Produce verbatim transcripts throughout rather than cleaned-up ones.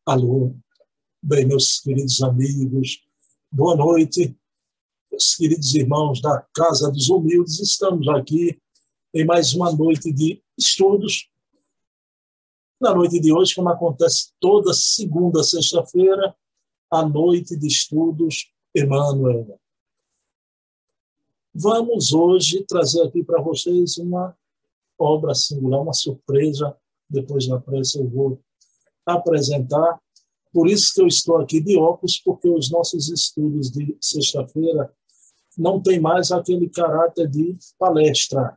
Alô, bem, meus queridos amigos, boa noite, meus queridos irmãos da Casa dos Humildes, estamos aqui em mais uma noite de estudos. Na noite de hoje, como acontece toda segunda, sexta-feira, a noite de estudos Emmanuel. Vamos hoje trazer aqui para vocês uma obra singular, uma surpresa. Depois da prece eu vou apresentar. Por isso que eu estou aqui de óculos, porque os nossos estudos de sexta-feira não tem mais aquele caráter de palestra.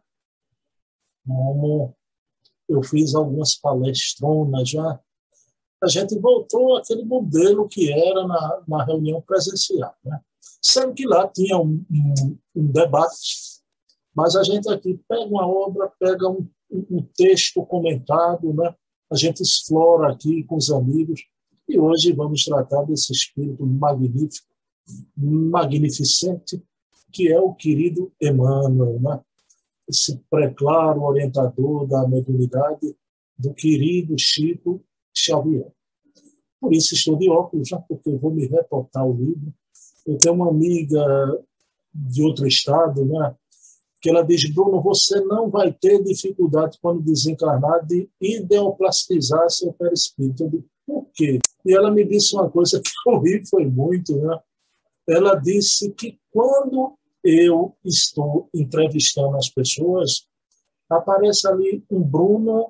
Como eu fiz algumas palestronas já, a gente voltou àquele modelo que era na, na reunião presencial, né? Sendo que lá tinha um, um, um debate, mas a gente aqui pega uma obra, pega um, um texto comentado, né? A gente explora aqui com os amigos, e hoje vamos tratar desse espírito magnífico, magnificente, que é o querido Emmanuel, né? Esse preclaro orientador da mediunidade do querido Chico Xavier. Por isso estou de óculos, já porque eu vou me reportar o livro. Eu tenho uma amiga de outro estado, né, que ela diz: Bruno, você não vai ter dificuldade quando desencarnar de ideoplastizar seu perispírito. Eu digo, por quê? E ela me disse uma coisa que eu ri, foi muito, né? Ela disse que quando eu estou entrevistando as pessoas, aparece ali um Bruno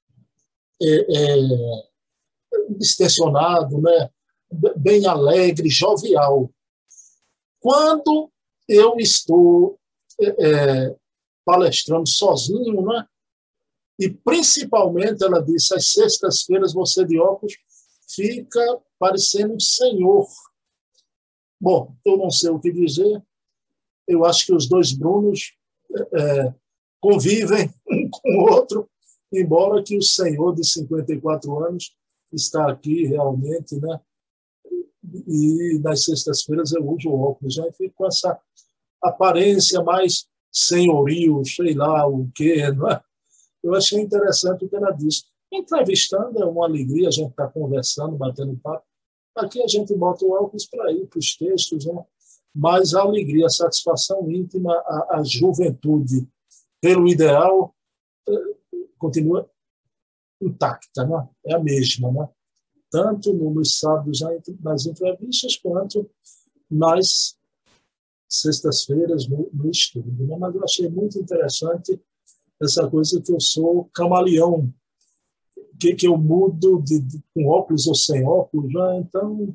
é, é, distensionado, né? Bem alegre, jovial. Quando eu estou é, palestrando sozinho, né? E principalmente, ela disse, às sextas-feiras você de óculos fica parecendo um senhor. Bom, eu não sei o que dizer. Eu acho que os dois Brunos é, convivem um com o outro, embora que o senhor de cinquenta e quatro anos está aqui realmente, né? E nas sextas-feiras eu uso óculos, já fico com essa aparência mais senhoril, sei lá o quê, não é? Eu achei interessante o que ela disse. Entrevistando é uma alegria, a gente está conversando, batendo papo. Aqui a gente bota o óculos para ir para os textos, né? Mas a alegria, a satisfação íntima, a, a juventude pelo ideal continua intacta, né? É a mesma, né? Tanto nos sábados nas entrevistas, quanto nas sextas-feiras no, no estudo. Né? Mas eu achei muito interessante essa coisa que eu sou camaleão, que, que eu mudo de, de, com óculos ou sem óculos, né? Então,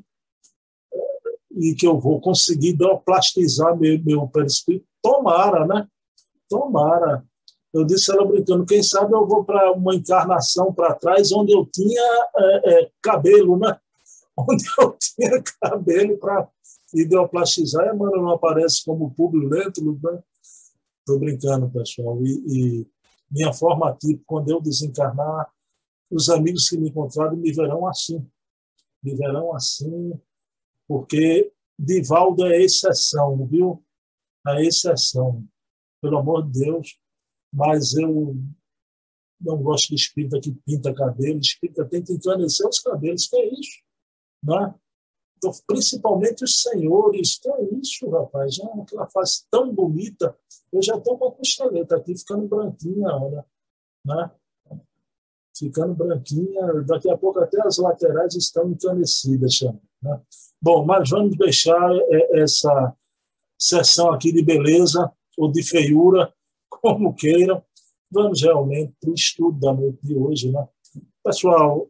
e que eu vou conseguir plastizar meu, meu perispírito. Tomara, né? Tomara. Eu disse ela brincando, quem sabe eu vou para uma encarnação para trás, onde eu tinha é, é, cabelo, né? Onde eu tinha cabelo para ideoplastizar, e mano, não aparece como público dentro, né? Estou brincando, pessoal. E, e minha forma tipo, quando eu desencarnar, os amigos que me encontraram me verão assim. Me verão assim, porque Divaldo é exceção, viu? É exceção. Pelo amor de Deus. Mas eu não gosto de espírita que pinta cabelo. Espírita tem que encanecer os cabelos. Que é isso? Né? Então, principalmente os senhores. Que é isso, rapaz? Já aquela face tão bonita. Eu já estou com a costeleta aqui ficando branquinha, olha. Né? Ficando branquinha. Daqui a pouco até as laterais estão encanecidas. Né? Bom, mas vamos deixar essa sessão aqui de beleza ou de feiura, como queiram. Vamos realmente para o estudo da noite de hoje, né? Pessoal,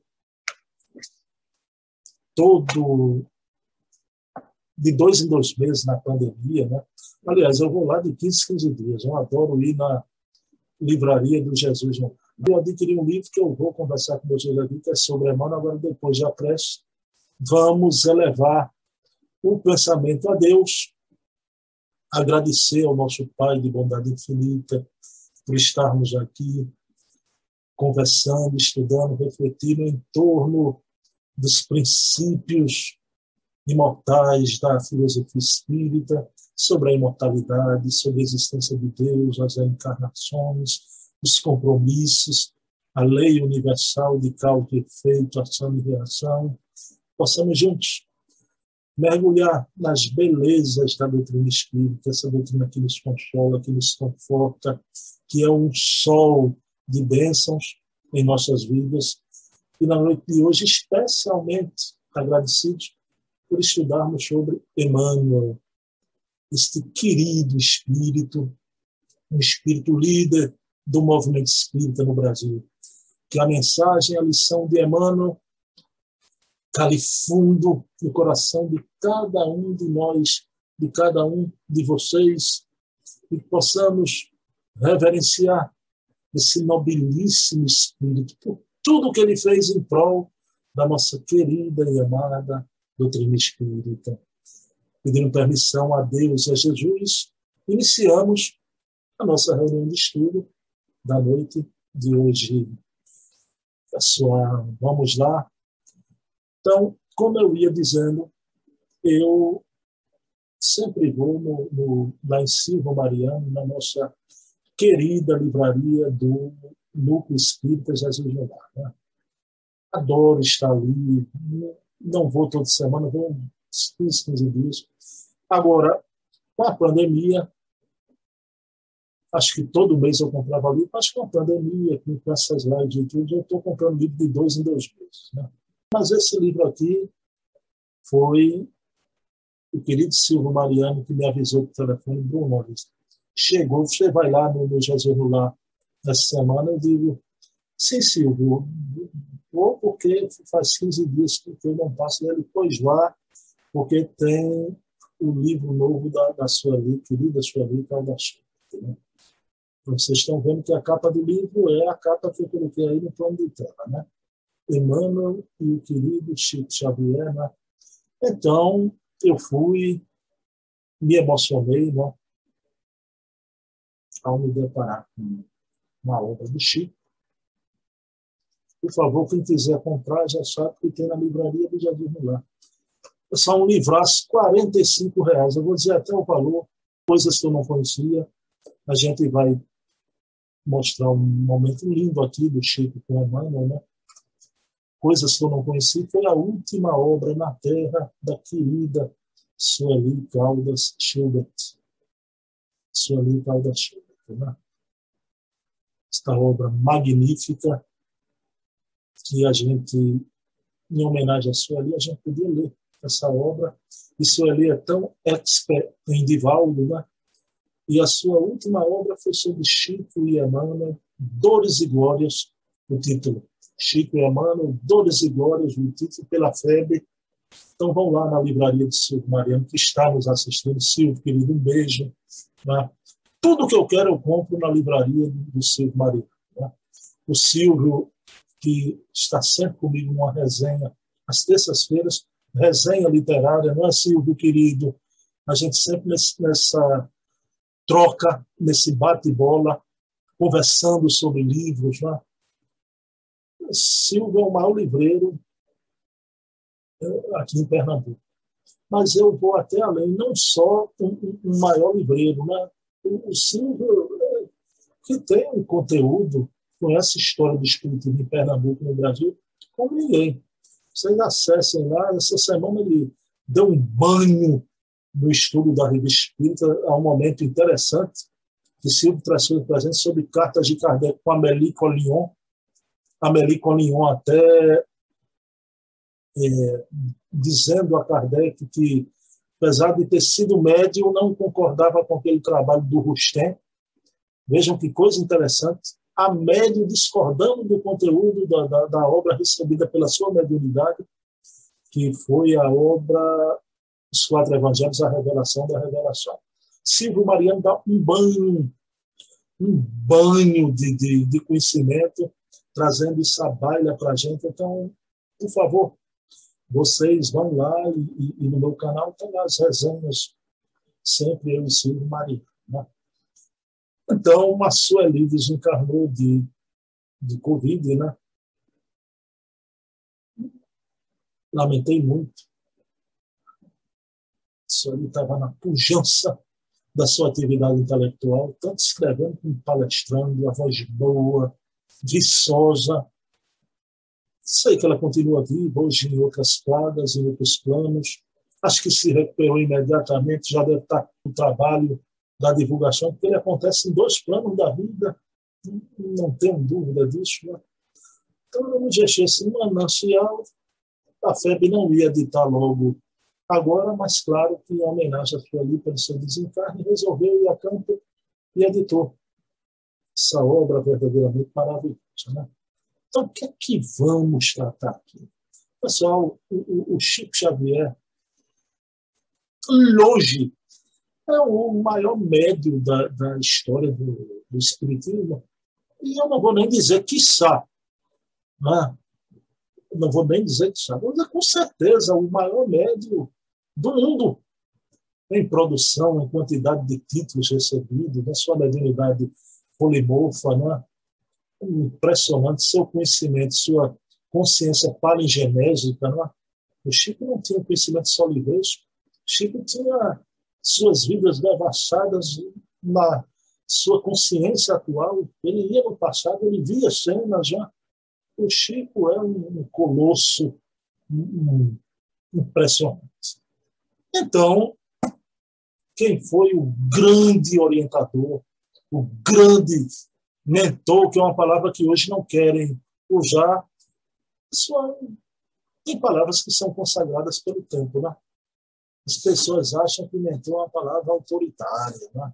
todo de dois em dois meses na pandemia, né? Aliás, eu vou lá de quinze, quinze dias. Eu adoro ir na livraria do Jesus. Né? Eu adquiri um livro que eu vou conversar com vocês aqui, que é sobre Emmanuel. Agora, depois de prece, vamos elevar o pensamento a Deus, agradecer ao nosso Pai de bondade infinita por estarmos aqui conversando, estudando, refletindo em torno dos princípios imortais da filosofia espírita, sobre a imortalidade, sobre a existência de Deus, as reencarnações, os compromissos, a lei universal de causa e efeito, ação e reação, possamos juntos mergulhar nas belezas da doutrina espírita, essa doutrina que nos consola, que nos conforta, que é um sol de bênçãos em nossas vidas. E na noite de hoje, especialmente agradecidos por estudarmos sobre Emmanuel, este querido espírito, um espírito líder do movimento espírita no Brasil. Que a mensagem, a lição de Emmanuel cale fundo no coração de cada um de nós, de cada um de vocês, e que possamos reverenciar esse nobilíssimo espírito por tudo que ele fez em prol da nossa querida e amada doutrina espírita. Pedindo permissão a Deus e a Jesus, iniciamos a nossa reunião de estudo da noite de hoje. Pessoal, vamos lá. Então, como eu ia dizendo, eu sempre vou no, no, lá em Silva Mariano, na nossa querida livraria do Núcleo Espírita Jesus Lunar. Né? Adoro estar ali, não vou toda semana, vou uns quinze, quinze dias. Agora, com a pandemia, acho que todo mês eu comprava livro, mas com a pandemia, com essas lives e tudo, eu estou comprando livro de dois em dois meses. Né? Mas esse livro aqui foi o querido Silvio Mariano que me avisou por telefone, Bruno, chegou, você vai lá no, no Jesus Lunar essa semana. Eu digo, sim, Silvio, vou porque faz quinze dias que eu não passo nele, pois vá, porque tem o livro novo da, da Sueli, querida Sueli Caldachola. Né? Vocês estão vendo que a capa do livro é a capa que eu coloquei aí no plano de tela, né? Emmanuel e o querido Chico Xavier. Né? Então, eu fui, me emocionei, né? Ao me deparar com uma obra do Chico. Por favor, quem quiser comprar, já sabe que tem na livraria do Jardim Lunar. É só um livraço, quarenta e cinco reais. Eu vou dizer até o valor, coisas que eu não conhecia. A gente vai mostrar um momento lindo aqui do Chico com o Emmanuel, né? Coisas que eu não conheci. Foi a última obra na Terra da querida Sueli Caldas Schubert. Sueli Caldas Schubert, né? Esta obra magnífica que a gente, em homenagem a Sueli, a gente podia ler essa obra. E Sueli é tão expert em Divaldo, né? E a sua última obra foi sobre Chico e Emmanuel, Dores e Glórias, o título. Chico e Emmanuel, Dores e Glórias, o título, pela F E B. Então vão lá na livraria de Silvio Mariano, que está nos assistindo. Silvio, querido, um beijo. Né? Tudo que eu quero eu compro na livraria do Silvio Mariano. Né? O Silvio, que está sempre comigo numa resenha, às terças-feiras, resenha literária, não é, Silvio, querido? A gente sempre nesse, nessa troca, nesse bate-bola, conversando sobre livros. Né? Silvio é o maior livreiro aqui em Pernambuco. Mas eu vou até além, não só um, um maior livreiro. Né? O, o Silvio, que tem um conteúdo, conhece a história do espiritismo em Pernambuco, no Brasil, como ninguém. Vocês acessem lá. Essa semana ele deu um banho no estudo da Revista Espírita, a um momento interessante, que Silvio traz para a gente sobre cartas de Kardec com Amélie Collignon. Amélie Collignon até é, dizendo a Kardec que, apesar de ter sido médium, não concordava com aquele trabalho do Rustem. Vejam que coisa interessante. A médium discordando do conteúdo da, da, da obra recebida pela sua mediunidade, que foi a obra Os Quatro Evangelhos, a Revelação da Revelação. Silvio Mariano dá um banho, um banho de, de, de conhecimento, trazendo essa baila para a gente. Então, por favor, vocês vão lá e, e, e no meu canal tem as resenhas, sempre eu e Silvio Mariano. Né? Então, a Sueli desencarnou de, de Covid, né? Lamentei muito. Sueli estava na pujança da sua atividade intelectual, tanto escrevendo como palestrando, a voz boa, viçosa. Sei que ela continua viva hoje em outras quadras, em outros planos. Acho que se recuperou imediatamente, já deve estar no trabalho da divulgação, porque ele acontece em dois planos da vida, não tenho dúvida disso. Né? Então, eu me deixei esse manancial. A F E B não ia editar logo agora, mas claro que em homenagem a Sueli pelo seu desencarne, resolveu ir a campo e editou essa obra verdadeiramente maravilhosa. Né? Então, o que é que vamos tratar aqui? Pessoal, o, o Chico Xavier, longe, é o maior médium da, da história do, do Espiritismo, e eu não vou nem dizer quiçá, né? Não vou nem dizer quiçá, mas é com certeza o maior médium do mundo em produção, em quantidade de títulos recebidos, na sua mediunidade polimorfa, né? Impressionante seu conhecimento, sua consciência palingenésica. Né? O Chico não tinha conhecimento solivesco, o Chico tinha suas vidas devassadas na sua consciência atual. Ele ia no passado, ele via cenas já. O Chico é um colosso um, impressionante. Então, quem foi o grande orientador, o grande mentor, que é uma palavra que hoje não querem usar, só tem palavras que são consagradas pelo tempo, né? As pessoas acham que mentor é uma palavra autoritária, né?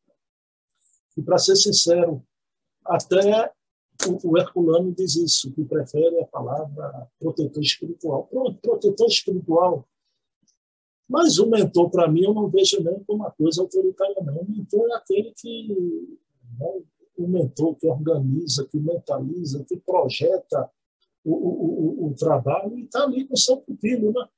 E, para ser sincero, até o, o Herculano diz isso, que prefere a palavra protetor espiritual. Pronto, protetor espiritual. Mas o mentor, para mim, eu não vejo nem como uma coisa autoritária, não. O mentor é aquele que... Né, o mentor que organiza, que mentaliza, que projeta o, o, o, o trabalho e está ali com o seu pupilo, né?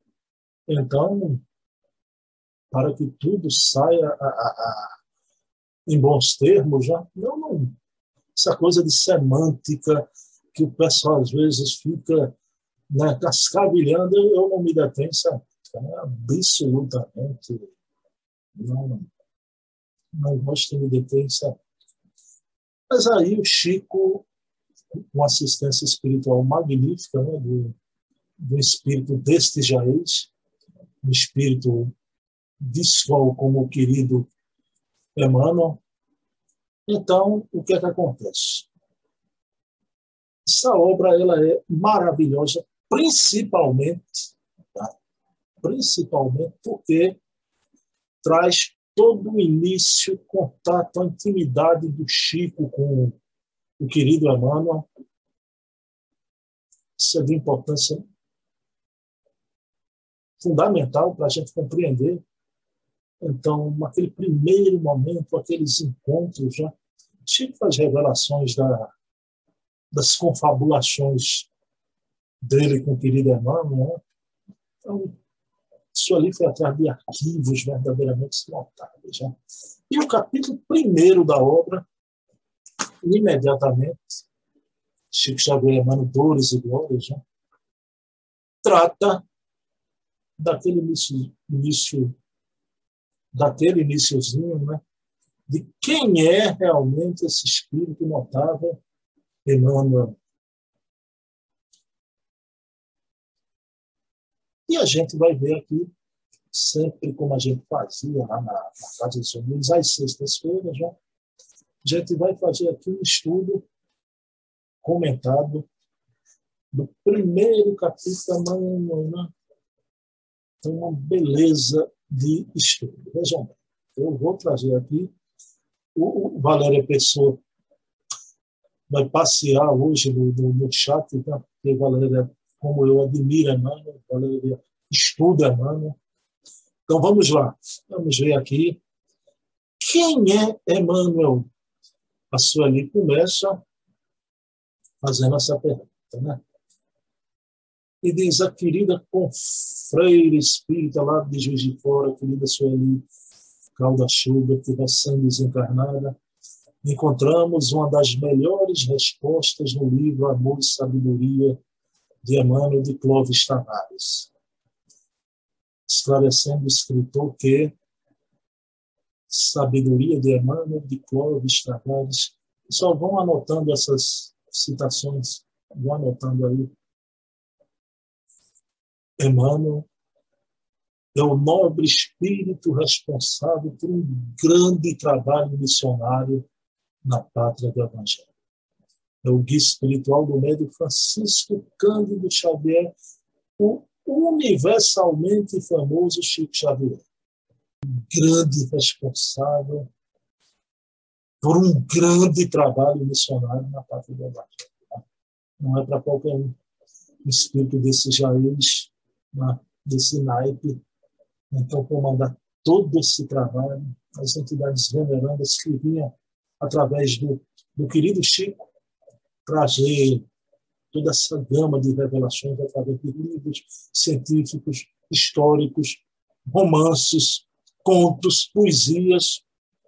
Então, para que tudo saia a, a, a, em bons termos, já, não, não, essa coisa de semântica que o pessoal às vezes fica, né, cascavilhando, eu não me detenho, né, absolutamente não, não gosto de me deter, sabe? Mas aí o Chico, com assistência espiritual magnífica, né, do, do espírito deste Jaez, um espírito de sol como o querido Emmanuel. Então, o que é que acontece? Essa obra ela é maravilhosa, principalmente, tá? principalmente porque traz todo o início, contato, a intimidade do Chico com o querido Emmanuel. Isso é de importância fundamental para a gente compreender. Então, naquele primeiro momento, aqueles encontros, já, Chico faz revelações da, das confabulações dele com o querido Emmanuel. Né? Então, isso ali foi atrás de arquivos verdadeiramente notáveis. Já. E o capítulo primeiro da obra, imediatamente, Chico Xavier, Emmanuel, Dores e Glórias, já, trata daquele início, início daquele iniciozinho, né, de quem é realmente esse espírito notável, Emmanuel. E a gente vai ver aqui, sempre como a gente fazia lá na, na Casa dos Unidos, às sextas-feiras, já, a gente vai fazer aqui um estudo comentado do primeiro capítulo da manhã. Então, uma beleza de estudo. Vejam bem, eu vou trazer aqui o, o Valéria Pessoa vai passear hoje no, no, no chat, tá? Porque Valéria, como eu admiro Emmanuel, Valéria estuda Emmanuel. Então, vamos lá. Vamos ver aqui. Quem é Emmanuel? A Sueli começa fazendo essa pergunta, né? E diz, a querida confreira espírita lá de Juiz de Fora, a querida Sueli Calda-Chuva, que vai sendo desencarnada, encontramos uma das melhores respostas no livro Amor e Sabedoria, de Emmanuel de Clóvis Tavares, esclarecendo o escritor que Sabedoria de Emmanuel de Clóvis Tavares. Só vão anotando essas citações Vou anotando aí. Emmanuel é o nobre espírito responsável por um grande trabalho missionário na pátria do Evangelho. É o guia espiritual do médium Francisco Cândido Xavier, o universalmente famoso Chico Xavier. Um grande responsável por um grande trabalho missionário na pátria do Evangelho. Não é para qualquer um. Um espírito desses jaeires, desse naipe, então comandar todo esse trabalho, as entidades venerandas que vinham através do, do querido Chico trazer toda essa gama de revelações através de livros científicos, históricos, romances, contos, poesias.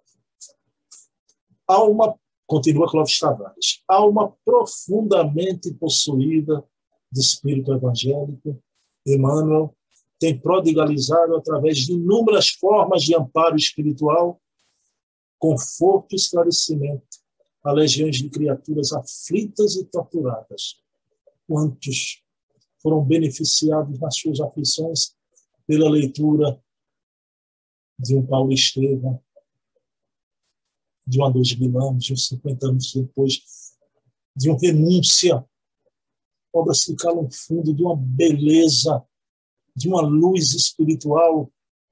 Há uma, continua Clóvis Tavares, alma profundamente possuída de espírito evangélico, Emmanuel tem prodigalizado através de inúmeras formas de amparo espiritual, conforto e esclarecimento a legiões de criaturas aflitas e torturadas. Quantos foram beneficiados nas suas aflições pela leitura de um Paulo Estevam, de um Adolfo Milano, de uns cinquenta anos depois, de um Renúncia, obras que calam fundo, de uma beleza, de uma luz espiritual.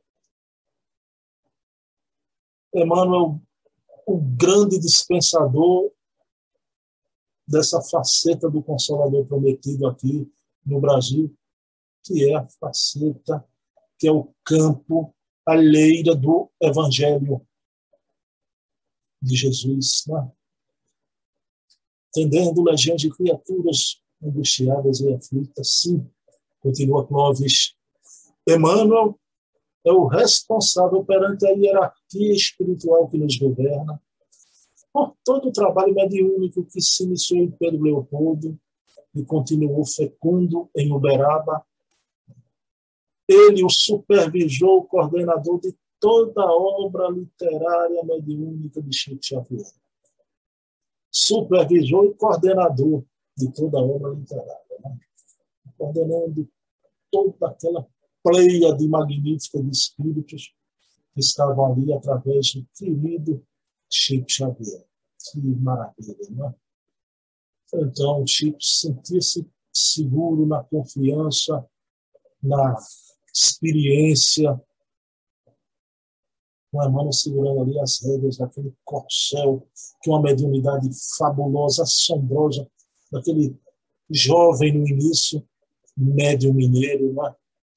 Emmanuel, o grande dispensador dessa faceta do Consolador prometido aqui no Brasil, que é a faceta, que é o campo, a leira do Evangelho de Jesus, né? Tendendo legiões de criaturas angustiadas e aflitas, sim, continua Clóvis. Emmanuel é o responsável perante a hierarquia espiritual que nos governa, por todo o trabalho mediúnico que se iniciou em Pedro Leopoldo e continuou fecundo em Uberaba. Ele, o supervisor, o coordenador de toda a obra literária mediúnica de Chico Xavier. Supervisor e coordenador de toda a obra literária, né? Coordenando toda aquela pleiade magnífica de espíritos que estavam ali através do querido Chico Xavier. Que maravilha, não é? Então, Chico sentia-se seguro na confiança, na experiência, com a mão segurando ali as rédeas daquele corcel, que é uma mediunidade fabulosa, assombrosa, daquele jovem no início, médium mineiro, não é?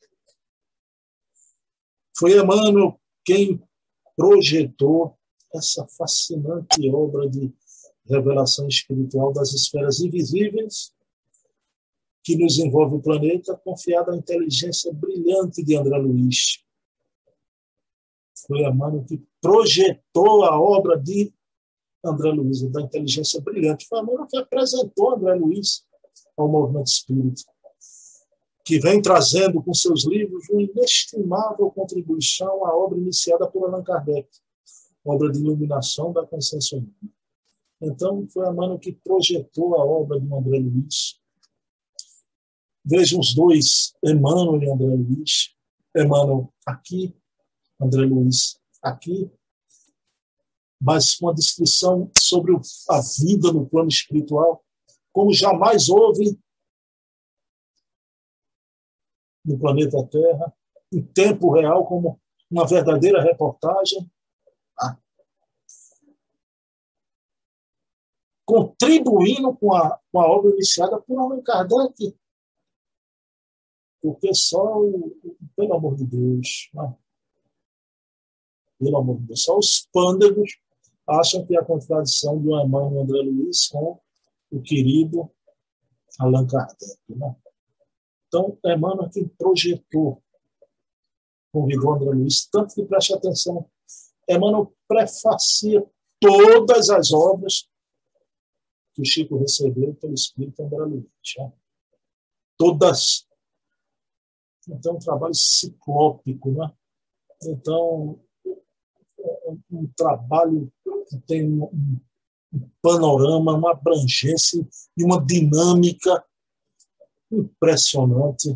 Foi Emmanuel quem projetou essa fascinante obra de revelação espiritual das esferas invisíveis que nos envolve o planeta, confiada à inteligência brilhante de André Luiz. Foi Emmanuel que projetou a obra de André Luiz, da inteligência brilhante. Foi Emmanuel que apresentou André Luiz ao movimento espírita, que vem trazendo com seus livros uma inestimável contribuição à obra iniciada por Allan Kardec, obra de iluminação da consciência humana. Então, foi Emmanuel que projetou a obra de André Luiz. Vejam os dois, Emmanuel e André Luiz. Emmanuel aqui, André Luiz aqui, mas com uma descrição sobre a vida no plano espiritual, como jamais houve no planeta Terra, em tempo real, como uma verdadeira reportagem, ah, contribuindo com a, com a obra iniciada por Allan Kardec, porque só, o, pelo amor de Deus, ah, pelo amor de Deus, só os pândegos acham que a contradição de um Emmanuel André Luiz com o querido Allan Kardec, né? Então, Emmanuel quem projetou, convidou André Luiz, tanto que preste atenção, Emmanuel prefacia todas as obras que o Chico recebeu pelo Espírito André Luiz. Né? Todas. Então, um trabalho ciclópico, né? Então, um trabalho que tem um, um panorama, uma abrangência e uma dinâmica impressionante.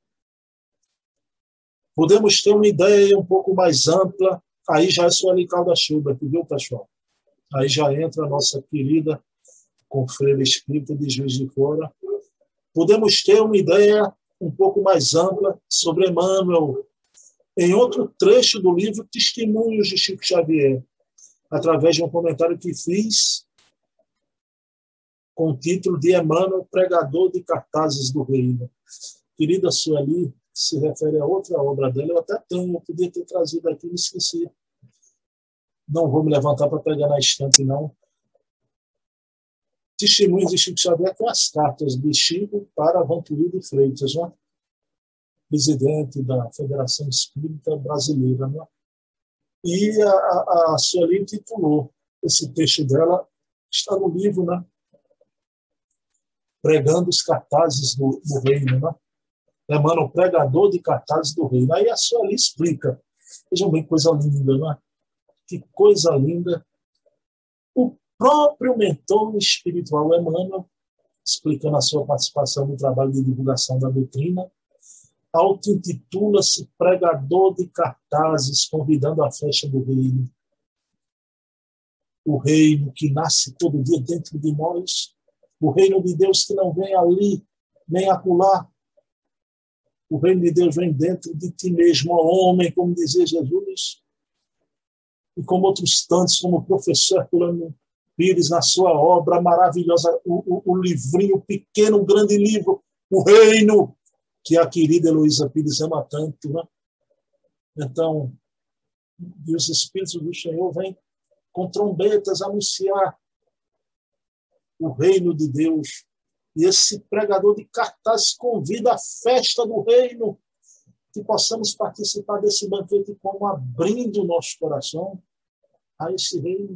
Podemos ter uma ideia um pouco mais ampla, aí já é Sueli Caldas-Schubert, viu, pessoal? Aí já entra a nossa querida confreira espírita de Juiz de Fora. Podemos ter uma ideia um pouco mais ampla sobre Emmanuel, em outro trecho do livro Testemunhos de Chico Xavier, através de um comentário que fiz com o título de Emmanuel, Pregador de Cartazes do Reino. Querida Sueli, se refere a outra obra dela, eu até tenho, eu podia ter trazido aqui, me esqueci. Não vou me levantar para pegar na estante, não. Testemunhos de Chico Xavier, com as cartas de Chico para Vantuílio de Freitas, né? Presidente da Federação Espírita Brasileira. Né? E a, a, a Sueli titulou esse texto dela, está no livro, né? Pregando os cartazes do, do reino, né? Emmanuel, pregador de cartazes do reino. Aí a Sueli explica. Vejam bem, coisa linda, né? Que coisa linda. O próprio mentor espiritual Emmanuel, explicando a sua participação no trabalho de divulgação da doutrina, auto-intitula-se pregador de cartazes, convidando a festa do reino. O reino que nasce todo dia dentro de nós, o reino de Deus que não vem ali, nem acolá. O reino de Deus vem dentro de ti mesmo, ó homem, como dizia Jesus. E como outros tantos, como o professor Herculano Pires, na sua obra maravilhosa, o, o, o livrinho pequeno, um grande livro, O Reino, que a querida Heloísa Pires ama tanto. Né? Então, e os Espíritos do Senhor vêm com trombetas anunciar o reino de Deus. E esse pregador de cartaz convida a festa do reino, que possamos participar desse banquete como abrindo o nosso coração a esse reino.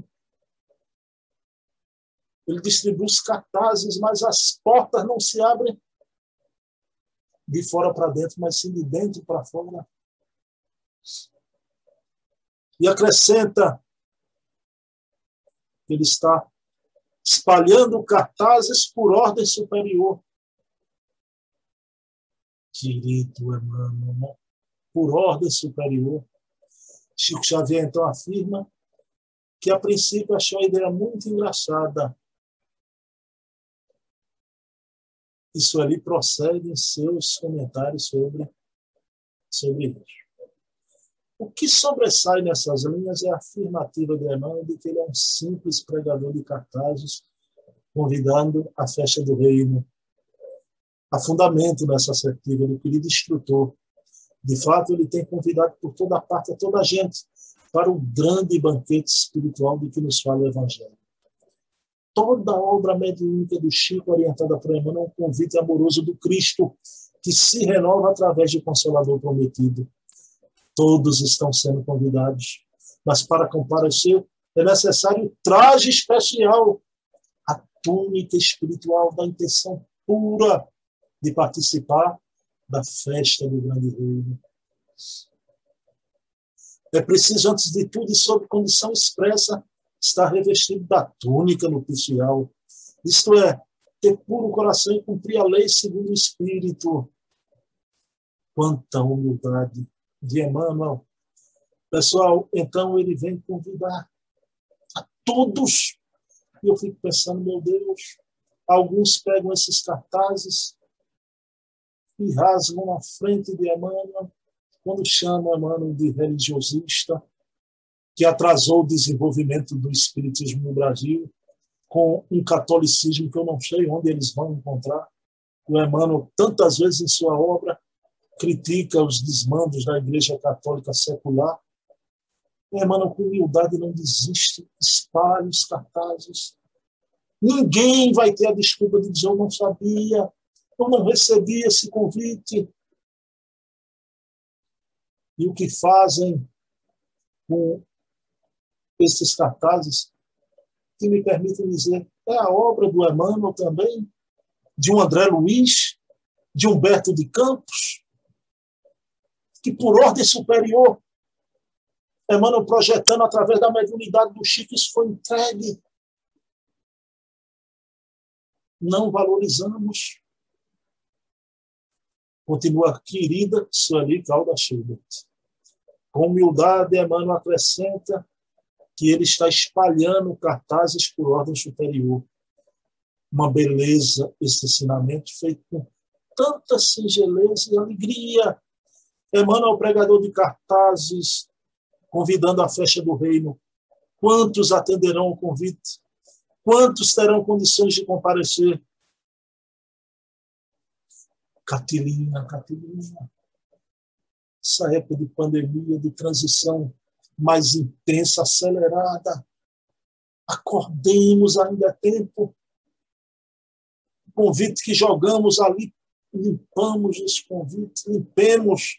Ele distribui os cartazes, mas as portas não se abrem de fora para dentro, mas sim de dentro para fora. E acrescenta que ele está espalhando cartazes por ordem superior. Querido Emmanuel, por ordem superior. Chico Xavier, então, afirma que, a princípio, achou a ideia muito engraçada. Isso ali procede em seus comentários sobre, sobre isso. O que sobressai nessas linhas é a afirmativa de Emmanuel de que ele é um simples pregador de cartazes, convidando a festa do reino. Há fundamento nessa assertiva do querido instrutor. De fato, ele tem convidado por toda parte a toda a gente para o grande banquete espiritual de que nos fala o Evangelho. Toda a obra mediúnica do Chico, orientada por Emmanuel, é um convite amoroso do Cristo, que se renova através do Consolador prometido. Todos estão sendo convidados, mas para comparecer é necessário um traje especial, a túnica espiritual da intenção pura de participar da festa do grande reino. É preciso, antes de tudo e sob condição expressa, estar revestido da túnica nupcial, isto é, ter puro coração e cumprir a lei segundo o Espírito. Quanta humildade de Emmanuel. Pessoal, então ele vem convidar a todos. E eu fico pensando, meu Deus, alguns pegam esses cartazes e rasgam na frente de Emmanuel, quando chamam Emmanuel de religiosista, que atrasou o desenvolvimento do espiritismo no Brasil, com um catolicismo que eu não sei onde eles vão encontrar. O Emmanuel, tantas vezes em sua obra, critica os desmandos da Igreja Católica secular. O Emmanuel, com humildade, não desiste, espalha os cartazes. Ninguém vai ter a desculpa de dizer: eu não sabia, eu não recebi esse convite. E o que fazem com esses cartazes, que me permitem dizer, é a obra do Emmanuel também, de um André Luiz, de Humberto de Campos, que por ordem superior, Emmanuel projetando através da mediunidade do Chico, isso foi entregue não valorizamos. Continua, querida Sueli Caldas Schubert. Com humildade, Emmanuel acrescenta que ele está espalhando cartazes por ordem superior. Uma beleza, esse ensinamento feito com tanta singeleza e alegria. Emmanuel é o pregador de cartazes, convidando a festa do reino. Quantos atenderão o convite? Quantos terão condições de comparecer? Catilina, Catilina. Essa época de pandemia, de transição mais intensa, acelerada. Acordemos, ainda é tempo. O convite que jogamos ali, limpamos esse convite, limpemos.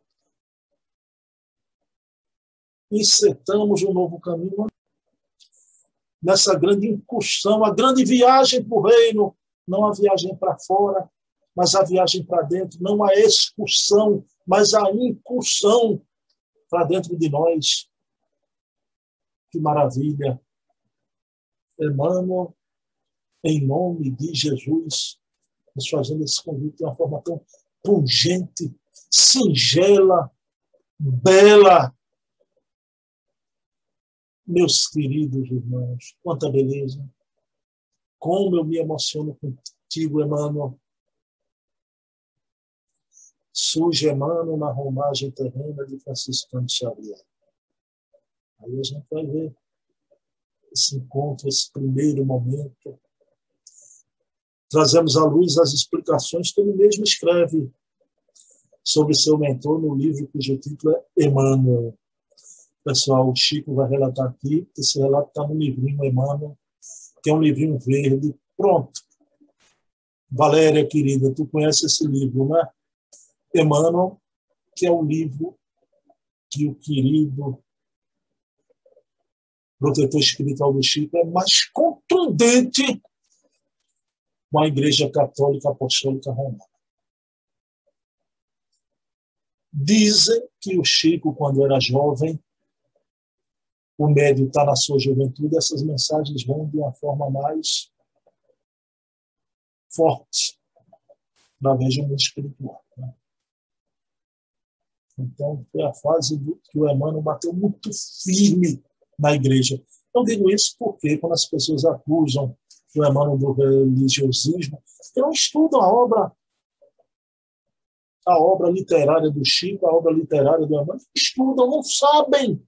Insertamos um novo caminho nessa grande incursão, a grande viagem para o reino, não a viagem para fora, mas a viagem para dentro, não a excursão, mas a incursão para dentro de nós. Que maravilha! Emmanuel, em nome de Jesus, nos fazendo esse convite de uma forma tão pungente, singela, bela. Meus queridos irmãos, quanta beleza! Como eu me emociono contigo, Emmanuel. Surge Emmanuel na romagem terrena de Franciscano Xavier. Aí a gente vai ver esse encontro, esse primeiro momento. Trazemos à luz as explicações que ele mesmo escreve sobre seu mentor no livro cujo título é Emmanuel. Pessoal, o Chico vai relatar aqui, esse relato está no livrinho Emmanuel, que é um livrinho verde. Pronto. Valéria, querida, tu conhece esse livro, né? Emmanuel, que é o livro que o querido protetor espiritual do Chico é mais contundente com a Igreja Católica Apostólica Romana. Dizem que o Chico, quando era jovem, o médium está na sua juventude, essas mensagens vão de uma forma mais forte através do mundo espiritual. Né? Então, foi a fase do, que o Emmanuel bateu muito firme na igreja. Eu digo isso porque, quando as pessoas acusam o Emmanuel do religiosismo, porque não estudam a obra, a obra literária do Chico, a obra literária do Emmanuel, estudam, não sabem.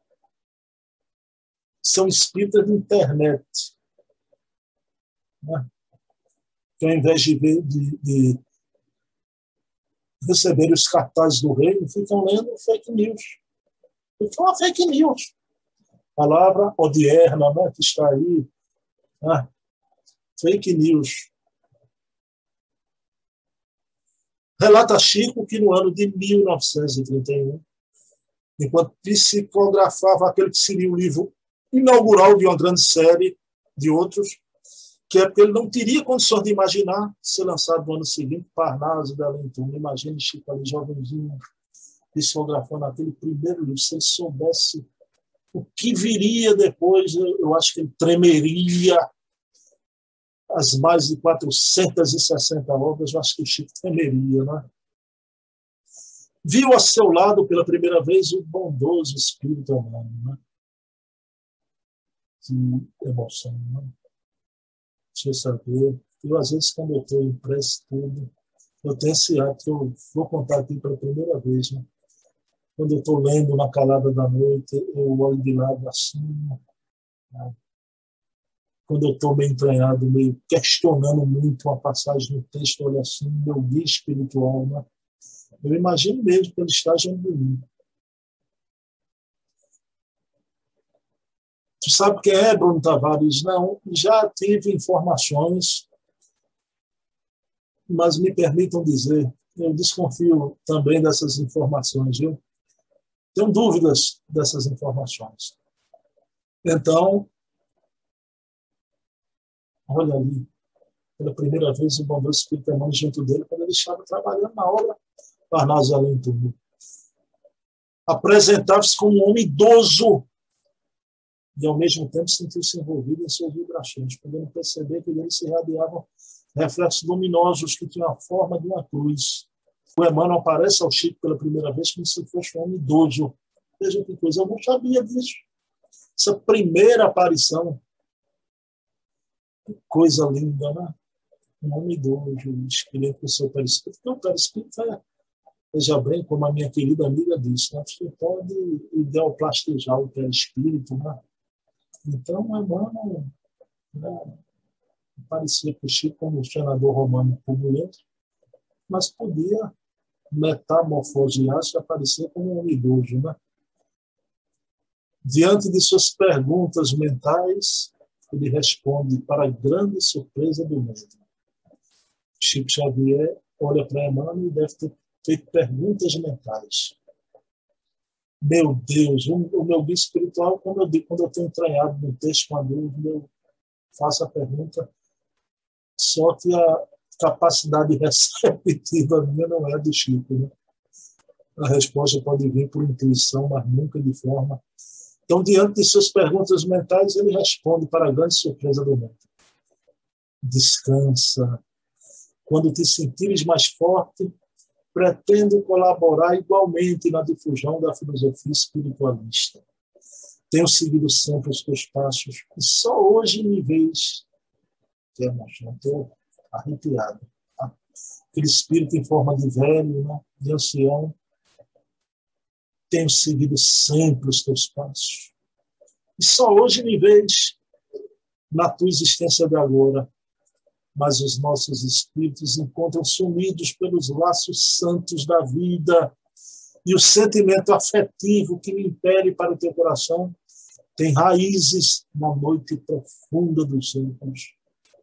São espíritas de internet. Né? Que, ao invés de, ver, de, de receber os cartazes do reino, ficam lendo fake news. Ficam uma fake news. Palavra odierna, né, que está aí. Né? Fake news. Relata Chico que no ano de mil novecentos e trinta e um, enquanto psicografava aquele que seria o livro inaugural de uma grande série de outros, que é porque ele não teria condições de imaginar ser lançado no ano seguinte, Parnaso da Lentume. Imagine Chico ali, jovenzinho, psicografando aquele primeiro livro. Se ele soubesse o que viria depois, eu acho que ele tremeria. As mais de quatrocentas e sessenta obras, eu acho que o Chico tremeria, né? Viu a seu lado pela primeira vez o bondoso espírito humano, né? Que emoção, né? Deixa eu saber. Eu, às vezes, quando eu estou impresso tudo, eu tenho esse ato que eu vou contar aqui pela primeira vez, né? Quando eu estou lendo na calada da noite, eu olho de lado assim, né? Quando eu estou meio entranhado, meio questionando muito uma passagem no texto, olha assim, meu guia espiritual, né? Eu imagino mesmo que ele está junto de mim. Tu sabe quem é, Bruno Tavares? Não, já tive informações, mas me permitam dizer, eu desconfio também dessas informações, viu? Tenho dúvidas dessas informações. Então, olha ali, pela primeira vez o bondoso Espírito Emmanuel junto dele, quando ele estava trabalhando na obra Parnaso Além Tudo. Apresentava-se como um homem idoso, e, ao mesmo tempo, sentiu-se envolvido em suas vibrações, podendo perceber que dele se irradiavam reflexos luminosos que tinham a forma de uma cruz. O Emmanuel aparece ao Chico pela primeira vez como se fosse um homem idoso. Veja que coisa, eu não sabia disso. Essa primeira aparição, que coisa linda, né? Um homem idoso, espírito com o seu perispírito. Porque o perispírito é, veja bem, como a minha querida amiga disse, né? Você pode ideoplastijar o perispírito, né? Então, o Emmanuel, né, parecia com o Chico como um senador romano turbulento, mas podia metamorfosear-se e aparecer como um idoso, né? Diante de suas perguntas mentais, ele responde para a grande surpresa do médium. Chico Xavier olha para Emmanuel e deve ter feito perguntas mentais. Meu Deus, o, o meu guia espiritual, quando eu digo, quando eu estou entranhado no texto com a dúvida, eu faço a pergunta, só que a capacidade receptiva minha não é do Chico, né? A resposta pode vir por intuição, mas nunca de forma. Então, diante de suas perguntas mentais, ele responde para a grande surpresa do médium. Descansa. Quando te sentires mais forte, pretendo colaborar igualmente na difusão da filosofia espiritualista. Tenho seguido sempre os teus passos e só hoje me vês. Que emoção, estou arrepiado. Tá? Aquele espírito em forma de velho, né? De ancião. Tenho seguido sempre os teus passos. E só hoje me vês na tua existência de agora. Mas os nossos espíritos encontram sumidos pelos laços santos da vida. E o sentimento afetivo que me impele para o teu coração tem raízes na noite profunda dos séculos.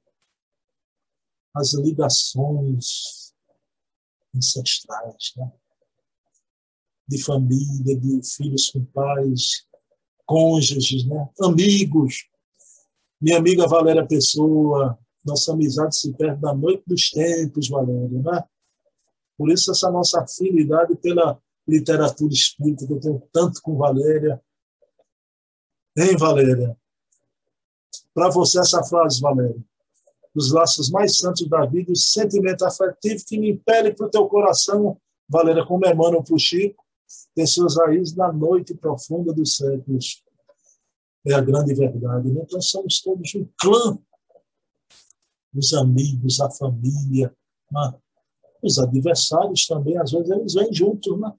As ligações ancestrais, né? De família, de filhos com pais, cônjuges, né? Amigos. Minha amiga Valéria Pessoa, nossa amizade se perde na noite dos tempos, Valéria, né? Por isso essa nossa afinidade pela literatura espírita, que eu tenho tanto com Valéria. Hein, Valéria? Para você essa frase, Valéria. Os laços mais santos da vida, o sentimento afetivo que me impele para o teu coração, Valéria, como Emmanuel para o Chico, tem suas raízes na noite profunda dos séculos. É a grande verdade. Né? Então somos todos um clã. Os amigos, a família, né? Os adversários também, às vezes eles vêm juntos. Né?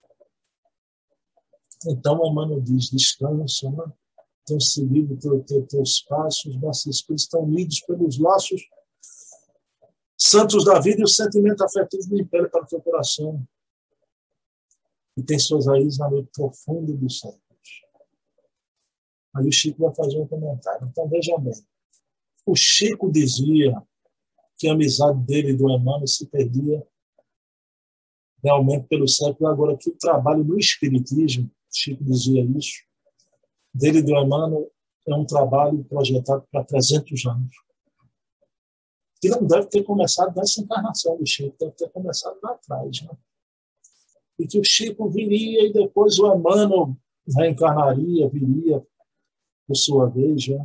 Então Emmanuel diz, descansa, né? Tenho seguido teu, teu, teus passos, nossos espíritos estão unidos pelos laços santos da vida e o sentimento afetivo me impele para o teu coração. E tem suas raízes na noite profunda dos séculos. Aí o Chico vai fazer um comentário. Então, veja bem. O Chico dizia que a amizade dele e do Emmanuel se perdia realmente pelo século. Agora, que o trabalho no Espiritismo, Chico dizia isso, dele e do Emmanuel é um trabalho projetado para trezentos anos. Que não deve ter começado nessa encarnação do Chico, deve ter começado lá atrás. Né? E que o Chico viria e depois o Emmanuel reencarnaria, viria por sua vez. Né?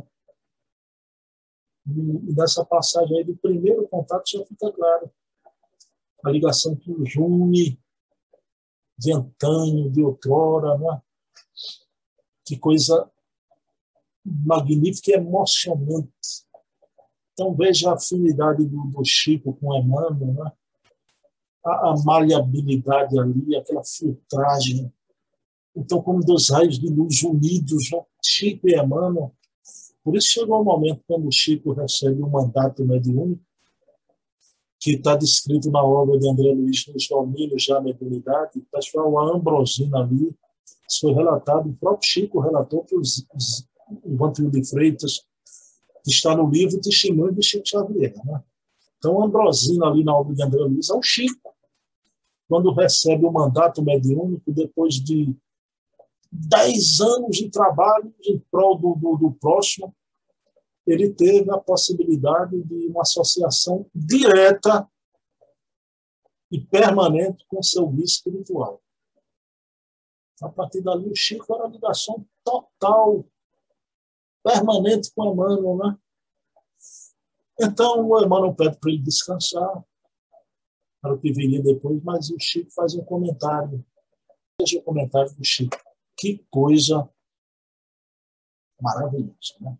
E nessa passagem aí do primeiro contato já fica claro a ligação que os une de antanho, de outrora, né? Que coisa magnífica e emocionante. Então veja a afinidade do, do Chico com o Emmanuel, né? a, a maleabilidade ali, aquela filtragem. Então, como dois raios de luz unidos, né? Chico e Emmanuel. Por isso chegou o momento quando o Chico recebe um mandato mediúnico, que está descrito na obra de André Luiz nos domínios já mediunidade, pessoal, a Ambrosina ali, isso foi relatado, o próprio Chico relatou para os Ivantil de Freitas, que está no livro Testemunho de Chico Xavier. Né? Então, a Ambrosina ali na obra de André Luiz é o Chico, quando recebe o mandato mediúnico, depois de dez anos de trabalho em prol do, do, do próximo, ele teve a possibilidade de uma associação direta e permanente com seu guia espiritual. A partir dali, o Chico era a ligação total permanente com Emmanuel, né? Então, o Emmanuel pede para ele descansar, para o que viria depois, mas o Chico faz um comentário. Veja o comentário do Chico. Que coisa maravilhosa, né?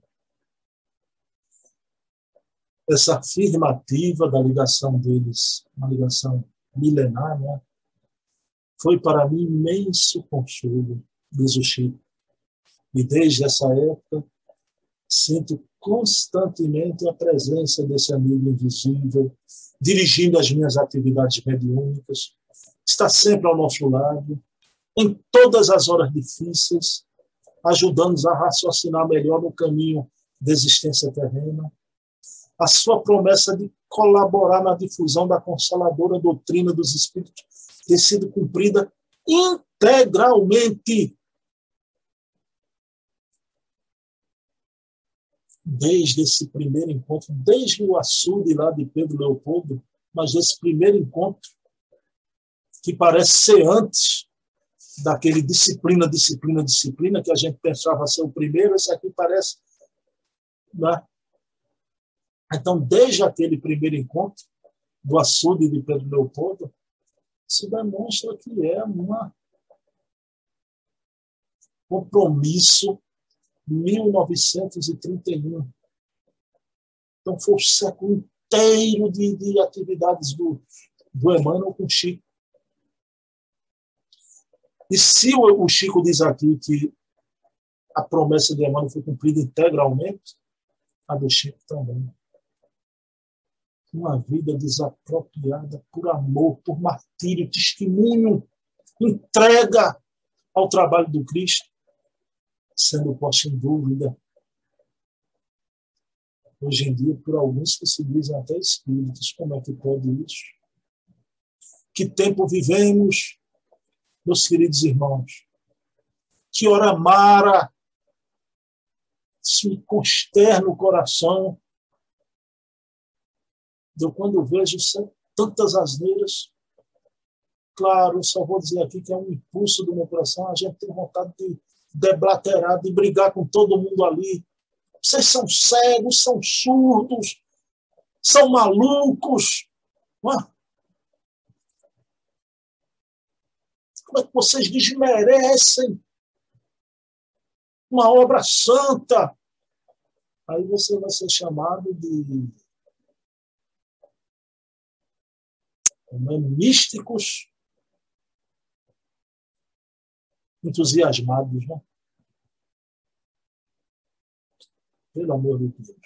Essa afirmativa da ligação deles, uma ligação milenar, né? Foi para mim imenso consolo, diz o Chico. E desde essa época, sinto constantemente a presença desse amigo invisível, dirigindo as minhas atividades mediúnicas, está sempre ao nosso lado, em todas as horas difíceis, ajudando-nos a raciocinar melhor no caminho da existência terrena. A sua promessa de colaborar na difusão da consoladora doutrina dos Espíritos tem sido cumprida integralmente. Desde esse primeiro encontro, desde o açude lá de Pedro Leopoldo, mas desse primeiro encontro, que parece ser antes daquele disciplina, disciplina, disciplina, que a gente pensava ser o primeiro, esse aqui parece... Né? Então, desde aquele primeiro encontro do açude de Pedro Leopoldo, isso demonstra que é um compromisso mil novecentos e trinta e um. Então, foi o século inteiro de, de atividades do, do Emmanuel com o Chico. E se o, o Chico diz aqui que a promessa de Emmanuel foi cumprida integralmente, a do Chico também. Uma vida desapropriada por amor, por martírio, testemunho, entrega ao trabalho do Cristo, sendo posta em dúvida, hoje em dia, por alguns que se dizem até espíritos. Como é que pode isso? Que tempo vivemos, meus queridos irmãos? Que hora mara! Isso me consterna o coração. Eu, quando vejo tantas asneiras, claro, só vou dizer aqui que é um impulso do meu coração, a gente tem vontade de deblaterar, de brigar com todo mundo ali. Vocês são cegos, são surdos, são malucos. Não é? Como é que vocês desmerecem uma obra santa? Aí você vai ser chamado de como, místicos entusiasmados, né? Pelo amor de Deus.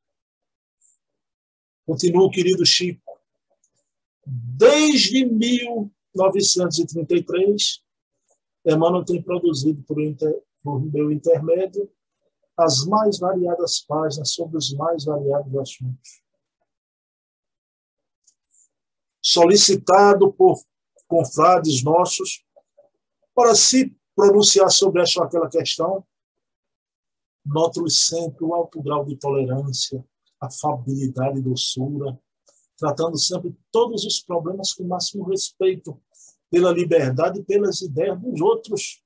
Continuo, querido Chico. Desde mil novecentos e trinta e três, Emmanuel tem produzido por, inter, por meu intermédio as mais variadas páginas sobre os mais variados assuntos. Solicitado por confrades nossos para se pronunciar sobre esta ou aquela questão, noto-lhes sempre o alto grau de tolerância, afabilidade e doçura, tratando sempre todos os problemas com o máximo respeito pela liberdade e pelas ideias dos outros.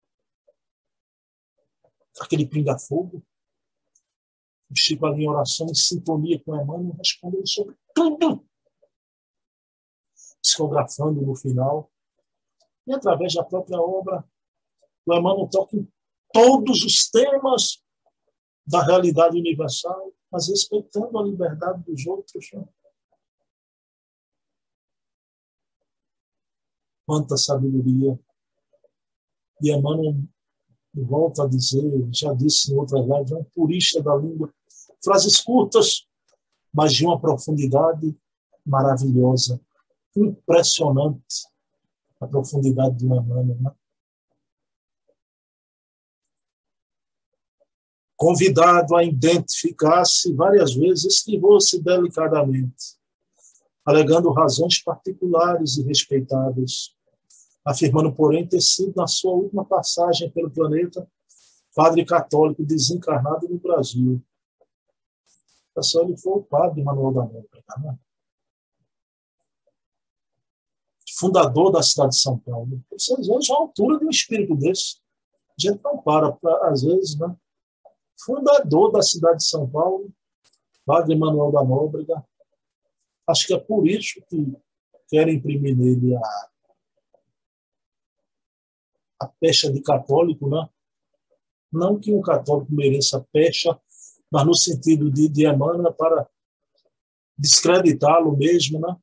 Aquele pinga-fogo, o Chico ali em oração, em sintonia com Emmanuel, respondendo sobre tudo, psicografando no final. E através da própria obra, o Emmanuel toca em todos os temas da realidade universal, mas respeitando a liberdade dos outros. Né? Quanta sabedoria. E Emmanuel volta a dizer, já disse em outras lives, é um purista da língua. Frases curtas, mas de uma profundidade maravilhosa, impressionante a profundidade de Emmanuel. Né? Convidado a identificar-se várias vezes, esquivou-se delicadamente, alegando razões particulares e respeitáveis, afirmando, porém, ter sido, na sua última passagem pelo planeta, padre católico desencarnado no Brasil. Pessoal, ele foi o padre Manuel da Nóbrega, né? Fundador da cidade de São Paulo. Vocês vejam a altura de um espírito desse. A gente não para, pra, às vezes, né, fundador da cidade de São Paulo, Padre Manuel da Nóbrega. Acho que é por isso que querem imprimir nele a, a pecha de católico, né? Não que um católico mereça a pecha, mas no sentido de, de Emmanuel para descreditá-lo mesmo, né?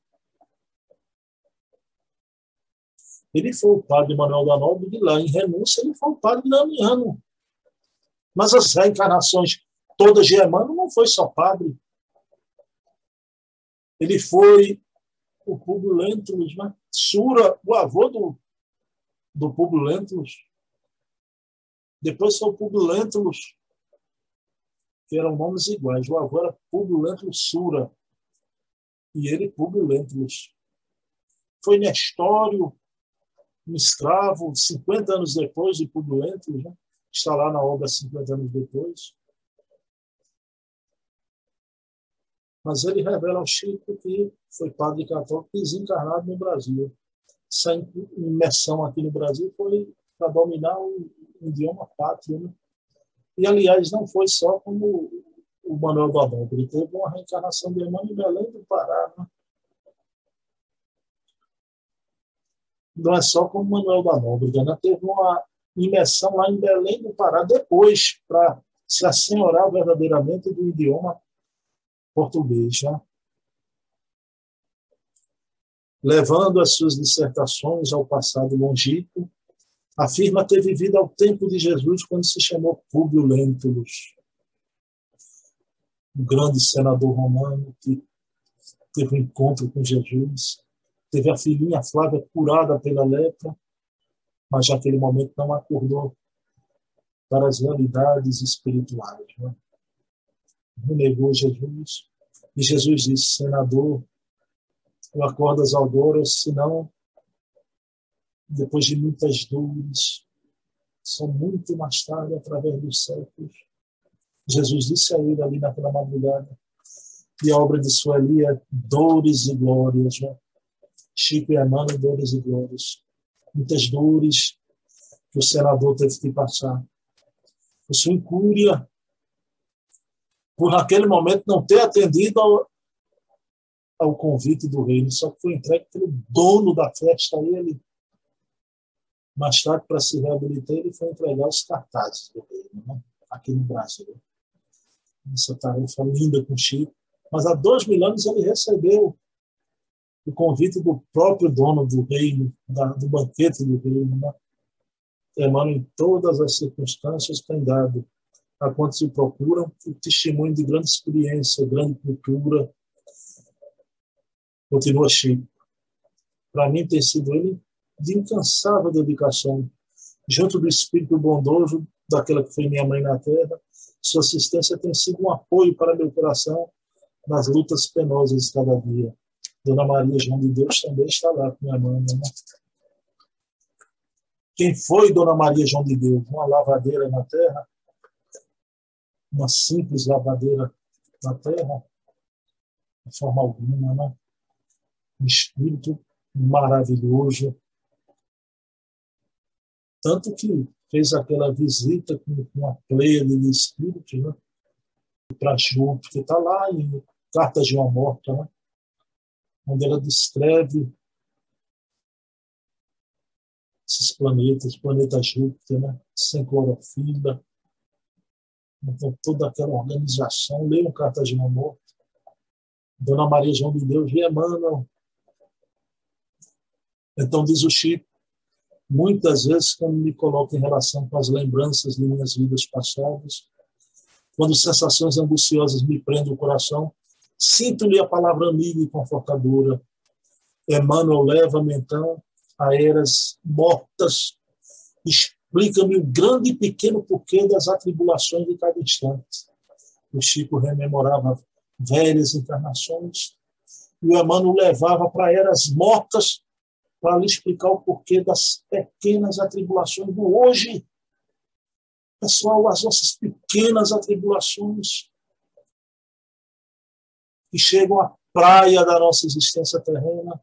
Ele foi o padre Manuel da Nóbrega e lá em renúncia ele foi o padre Damiano. Mas as reencarnações todas de Emmanuel não foi só padre. Ele foi o Públio Lentulus, né? Sura, o avô do, do Públio Lentulus. Depois foi o Públio Lentulus, que eram nomes iguais. O avô era Públio Lentulus Sura. E ele, Públio Lentulus. Foi Nestório, um escravo, cinquenta anos depois de Públio Lentulus, né? Está lá na obra cinquenta anos depois. Mas ele revela ao Chico que foi padre católico desencarnado no Brasil. Essa imersão aqui no Brasil foi para dominar o idioma pátrio, né? E, aliás, não foi só como o Manuel da Nóbrega. Ele teve uma reencarnação de Emmanuel em Belém do Pará, né? Não é só como Manuel da Nóbrega, né? Teve uma imersão lá em Belém do Pará depois, para se assenhorar verdadeiramente do idioma português, né? Levando as suas dissertações ao passado longínquo, afirma ter vivido ao tempo de Jesus, quando se chamou Públio Lentulus, um grande senador romano que teve um encontro com Jesus, teve a filhinha Flávia curada pela lepra, mas naquele momento não acordou para as realidades espirituais, né? Renegou Jesus, e Jesus disse: senador, eu acordo às alvoras, senão, depois de muitas dores, são muito mais tarde, através dos séculos. Jesus disse a ele ali naquela madrugada, e a obra de Sueli é Dores e Glórias, né? Chico e Emmanuel, Dores e Glórias. Muitas dores que o senador teve que passar. Por sua incúria, por naquele momento não ter atendido ao, ao convite do reino, só que foi entregue pelo dono da festa a ele. Mais tarde, para se reabilitar, ele foi entregar os cartazes do reino, né? Aqui no Brasil. Essa tarefa linda com Chico. Mas há dois mil anos ele recebeu o convite do próprio dono do reino, da, do banquete do reino, né? Emmanuel, em todas as circunstâncias, tem dado a quantos o procuram o testemunho de grande experiência, grande cultura. Continua Chico. Para mim tem sido ele de incansável dedicação, junto do espírito bondoso daquela que foi minha mãe na terra. Sua assistência tem sido um apoio para meu coração nas lutas penosas de cada dia. Dona Maria João de Deus também está lá com minha mãe, né? Quem foi Dona Maria João de Deus? Uma lavadeira na terra? Uma simples lavadeira na terra? De forma alguma, né? Um espírito maravilhoso. Tanto que fez aquela visita com uma pleiade de espíritos, né? Para Júpiter, que está lá em Cartas de uma Morta, né? Onde ela descreve esses planetas, planeta Júpiter, né? Sem clorofila. Então, toda aquela organização. Leiam Cartas de uma Morta. Dona Maria João de Deus e Emmanuel. Então, diz o Chico, muitas vezes, quando me coloco em relação com as lembranças de minhas vidas passadas, quando sensações angustiosas me prendem o coração, sinto-lhe a palavra amiga e confortadora. Emmanuel, leva-me então a eras mortas, explica-me o grande e pequeno porquê das atribulações de cada instante. O Chico rememorava velhas encarnações e o Emmanuel levava para eras mortas para lhe explicar o porquê das pequenas atribulações do hoje. Pessoal, as nossas pequenas atribulações que chegam à praia da nossa existência terrena,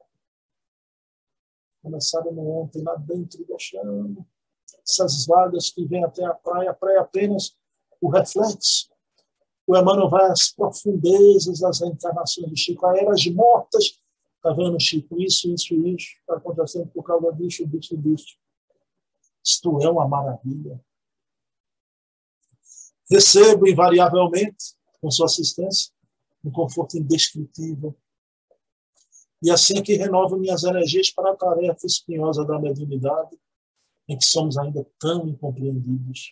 começaram ontem, lá dentro do oceano, essas vagas que vêm até a praia, a praia apenas o reflexo. O Emmanuel vai às profundezas das reencarnações do Chico, a eras mortas. Está vendo, Chico? Isso, isso, isso. Está acontecendo por causa disso, disso, disso. Isto é uma maravilha. Recebo invariavelmente, com sua assistência, um conforto indescritível. E assim é que renovo minhas energias para a tarefa espinhosa da mediunidade, em que somos ainda tão incompreendidos.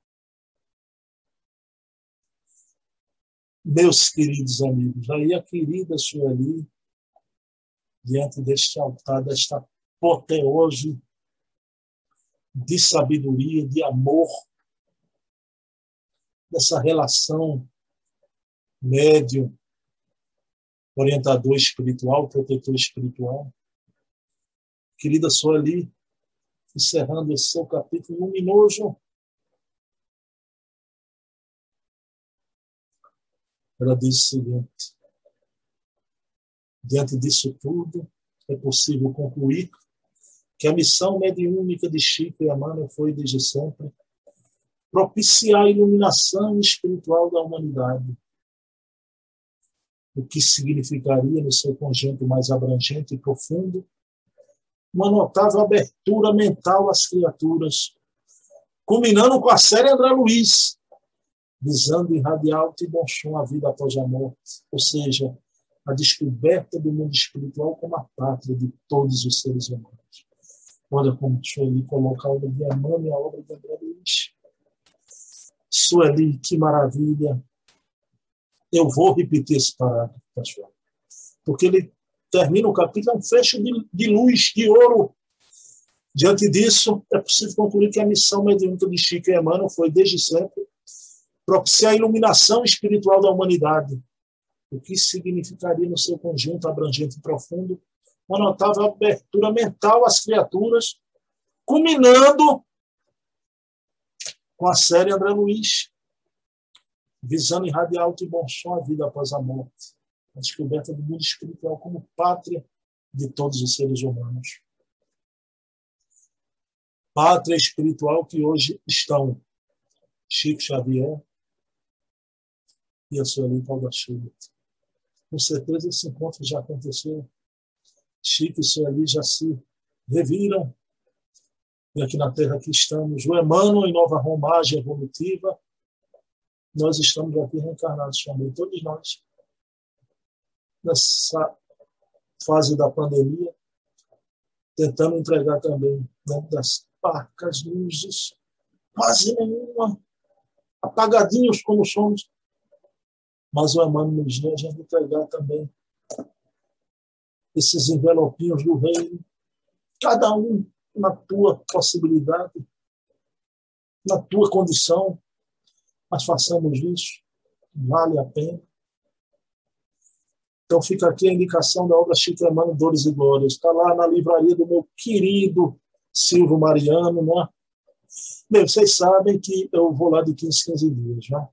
Meus queridos amigos, aí a querida Sueli, diante deste altar, desta apoteose de sabedoria, de amor, dessa relação médium, orientador espiritual, protetor espiritual. Querida Sueli, encerrando esse seu capítulo luminoso, ela diz o seguinte: diante disso tudo, é possível concluir que a missão mediúnica de Chico e Emmanuel foi, desde sempre, propiciar a iluminação espiritual da humanidade, o que significaria, no seu conjunto mais abrangente e profundo, uma notável abertura mental às criaturas, culminando com a série André Luiz, visando irradiar alto e bom som a vida após a morte, ou seja, a descoberta do mundo espiritual como a pátria de todos os seres humanos. Olha como Sueli coloca a obra de Emmanuel e a obra de André Luiz. Sueli, que maravilha! Eu vou repetir esse parágrafo, pessoal, porque ele termina o capítulo, é um fecho de, de luz, de ouro. Diante disso, é possível concluir que a missão mediúnica de Chico e Emmanuel foi, desde sempre, propiciar a iluminação espiritual da humanidade, o que significaria, no seu conjunto abrangente e profundo, uma notável abertura mental às criaturas, culminando com a série André Luiz, visando irradiar alto e bom som a vida após a morte, a descoberta do mundo espiritual como pátria de todos os seres humanos. Pátria espiritual que hoje estão Chico Xavier e a Sueli Caldas-Schubert. Com certeza esse encontro já aconteceu. Chico e Sueli já se reviram. E aqui na Terra aqui estamos. O Emmanuel em nova romagem evolutiva. Nós estamos aqui reencarnados também, todos nós. Nessa fase da pandemia, tentando entregar também, dentro das parcas luzes, quase nenhuma, apagadinhos como somos, mas o Emmanuel nos diz a gente entregar também esses envelopinhos do reino, cada um na tua possibilidade, na tua condição, mas façamos isso, vale a pena. Então fica aqui a indicação da obra Chico Emmanuel, Dores e Glórias. Está lá na livraria do meu querido Silvio Mariano, né? Bem, vocês sabem que eu vou lá de quinze, quinze dias, né?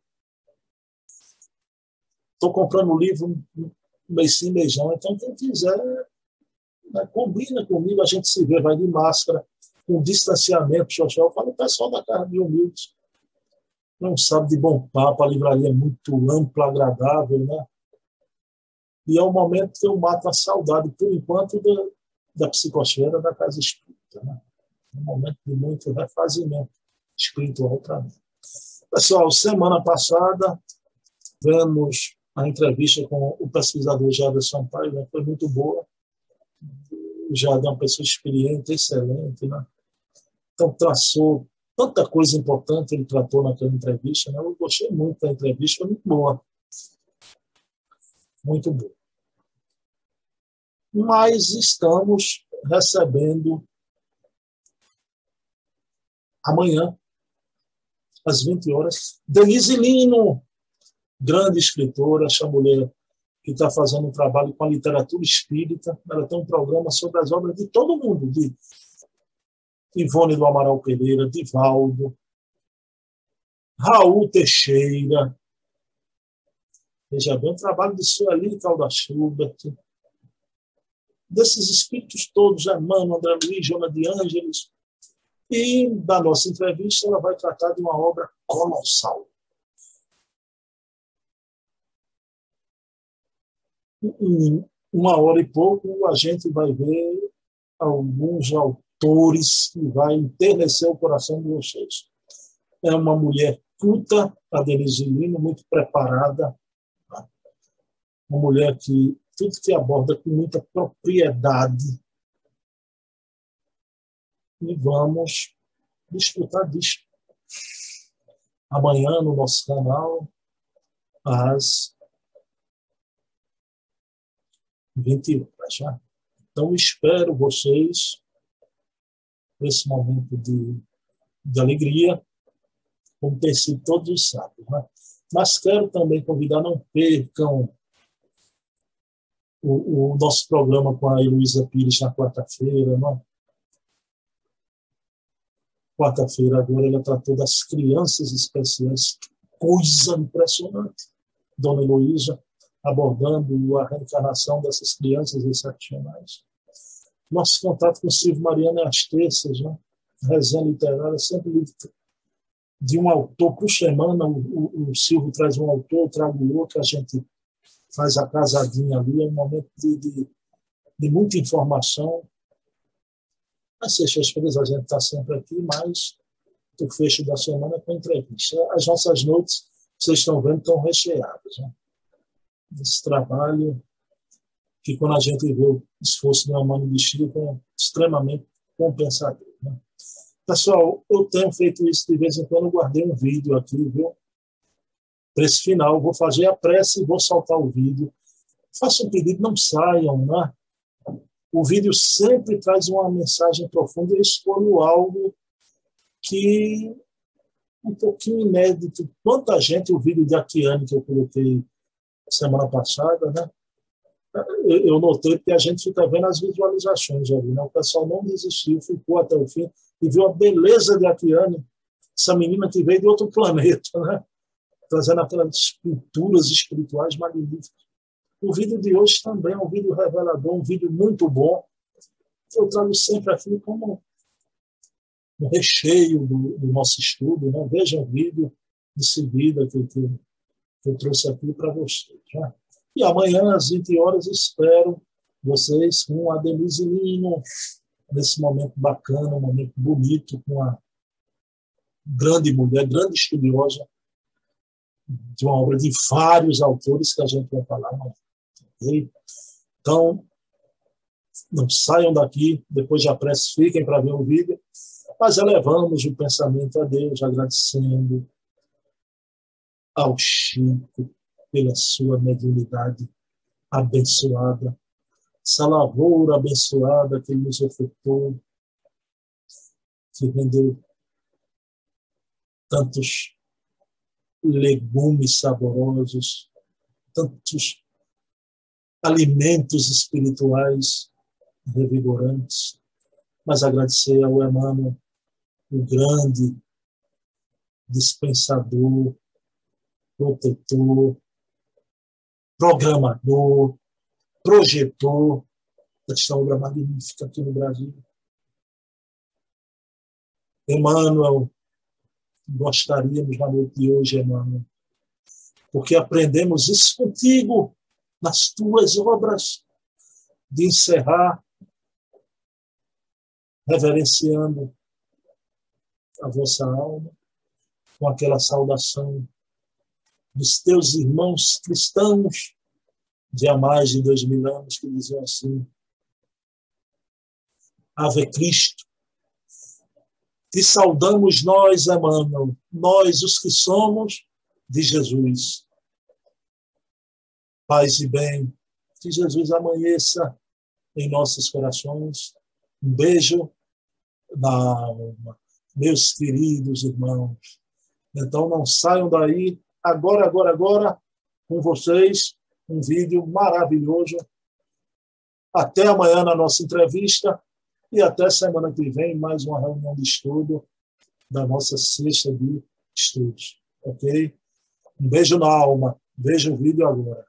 Estou comprando o livro mês sim, mês não, então quem quiser, né, combina comigo, a gente se vê, vai de máscara, com distanciamento social. Eu falo, o pessoal da Casa de Humildes não sabe de bom papo, a livraria é muito ampla, agradável, né? E é o momento que eu mato a saudade, por enquanto, da, da psicosfera da Casa Espírita, né? Um momento de muito refazimento espiritual para mim. Pessoal, semana passada, vemos a entrevista com o pesquisador Jader Sampaio, né? Foi muito boa. O Jader é uma pessoa experiente, excelente, né? Então, traçou tanta coisa importante, ele tratou naquela entrevista, né? Eu gostei muito da entrevista, foi muito boa. Muito boa. Mas estamos recebendo amanhã, às vinte horas, Denise Lino, grande escritora, essa mulher que está fazendo um trabalho com a literatura espírita. Ela tem um programa sobre as obras de todo mundo, de Ivone do Amaral Pereira, Divaldo, Raul Teixeira. Veja bem, o trabalho de Sueli Caldas-Schubert, desses espíritos todos, Emmanuel, André Luiz, Joana de Ângeles. E, da nossa entrevista, ela vai tratar de uma obra colossal, Em uma hora e pouco, a gente vai ver alguns autores que vai enternecer o coração de vocês. É uma mulher culta, a Denise Lino, muito preparada, uma mulher que tudo que aborda com muita propriedade. E vamos disputar disso. Amanhã, no nosso canal, às vinte horas. Já. Então, espero vocês nesse momento de, de alegria, como tem sido todos os sábados. Né? Mas quero também convidar, não percam o, o nosso programa com a Heloísa Pires na quarta-feira. Né? Quarta-feira, agora, ela tratou das crianças especiais. Coisa impressionante. Dona Heloísa, abordando a reencarnação dessas crianças excepcionais. Nosso contato com o Silvio Mariano é às terças, né? Resenha literária, sempre de um autor por semana. O, o, o Silvio traz um autor, eu trago outro, a gente faz a casadinha ali. É um momento de, de, de muita informação. Às sextas-feiras a gente está sempre aqui, mas o fecho da semana é com entrevista. As nossas noites, vocês estão vendo, estão recheadas. Né? Esse trabalho que, quando a gente vê o esforço do Amano de Chico, é extremamente compensador. Né? Pessoal, eu tenho feito isso de vez em quando, eu guardei um vídeo aqui, viu? Para esse final, vou fazer a prece e vou soltar o vídeo. Façam um pedido, não saiam, né? O vídeo sempre traz uma mensagem profunda. Eu escolho algo que um pouquinho inédito. Quanta gente, o vídeo de Akiane que eu coloquei semana passada, né? Eu notei que a gente fica vendo as visualizações ali, né? O pessoal não desistiu, ficou até o fim e viu a beleza de Akiane, essa menina que veio de outro planeta, né? Trazendo aquelas pinturas espirituais magníficas. O vídeo de hoje também é um vídeo revelador, um vídeo muito bom. Eu trago sempre aqui como um recheio do, do nosso estudo, né? Vejam o vídeo de seguida que, que, que eu trouxe aqui para vocês. Né? E amanhã, às vinte horas, espero vocês com a Denise Lino, nesse momento bacana, um momento bonito, com a grande mulher, grande estudiosa, de uma obra de vários autores que a gente vai falar. Okay? Então, não saiam daqui, depois da prece, fiquem para ver o vídeo, mas elevamos o pensamento a Deus, agradecendo ao Chico pela sua mediunidade abençoada, essa lavoura abençoada que ele nos ofertou, que rendeu tantos legumes saborosos, tantos alimentos espirituais revigorantes, mas agradecer ao Emmanuel, o grande dispensador, protetor, programador, projetor desta obra magnífica aqui no Brasil. Emmanuel, gostaríamos na noite de hoje, Emmanuel, porque aprendemos isso contigo, nas tuas obras, de encerrar reverenciando a vossa alma com aquela saudação dos teus irmãos cristãos de há mais de dois mil anos, que diziam assim: Ave Cristo, te saudamos nós, Emmanuel, nós os que somos de Jesus. Paz e bem, que Jesus amanheça em nossos corações. Um beijo na alma, meus queridos irmãos. Então não saiam daí, agora, agora, agora, com vocês, um vídeo maravilhoso. Até amanhã na nossa entrevista e até semana que vem, mais uma reunião de estudo da nossa sexta de estudos. Ok? Um beijo na alma. Veja o vídeo agora.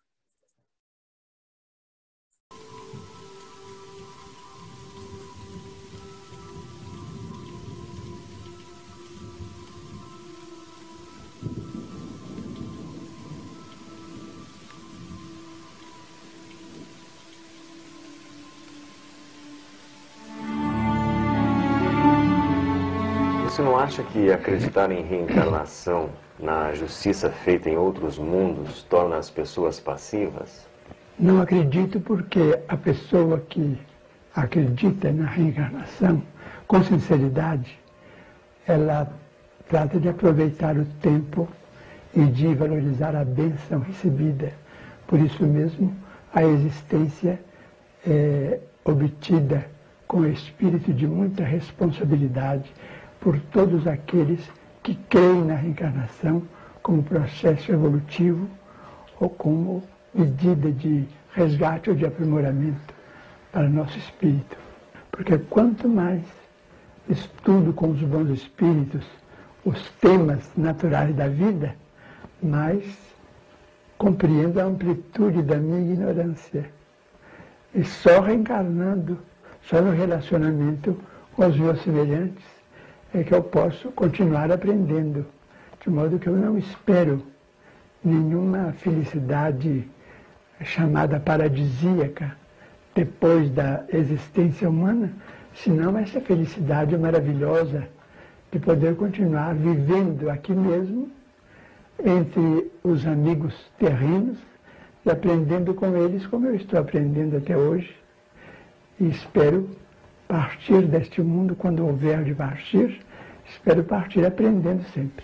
não acha que acreditar em reencarnação, na justiça feita em outros mundos, torna as pessoas passivas? Não acredito porque a pessoa que acredita na reencarnação, com sinceridade, ela trata de aproveitar o tempo e de valorizar a bênção recebida. Por isso mesmo, a existência é obtida com espírito de muita responsabilidade por todos aqueles que creem na reencarnação como processo evolutivo ou como medida de resgate ou de aprimoramento para nosso espírito. Porque quanto mais estudo com os bons espíritos os temas naturais da vida, mais compreendo a amplitude da minha ignorância. E só reencarnando, só no relacionamento com os meus semelhantes, é que eu posso continuar aprendendo, de modo que eu não espero nenhuma felicidade chamada paradisíaca depois da existência humana, senão essa felicidade maravilhosa de poder continuar vivendo aqui mesmo, entre os amigos terrenos, e aprendendo com eles como eu estou aprendendo até hoje. E espero partir deste mundo, quando houver de partir, espero partir aprendendo sempre.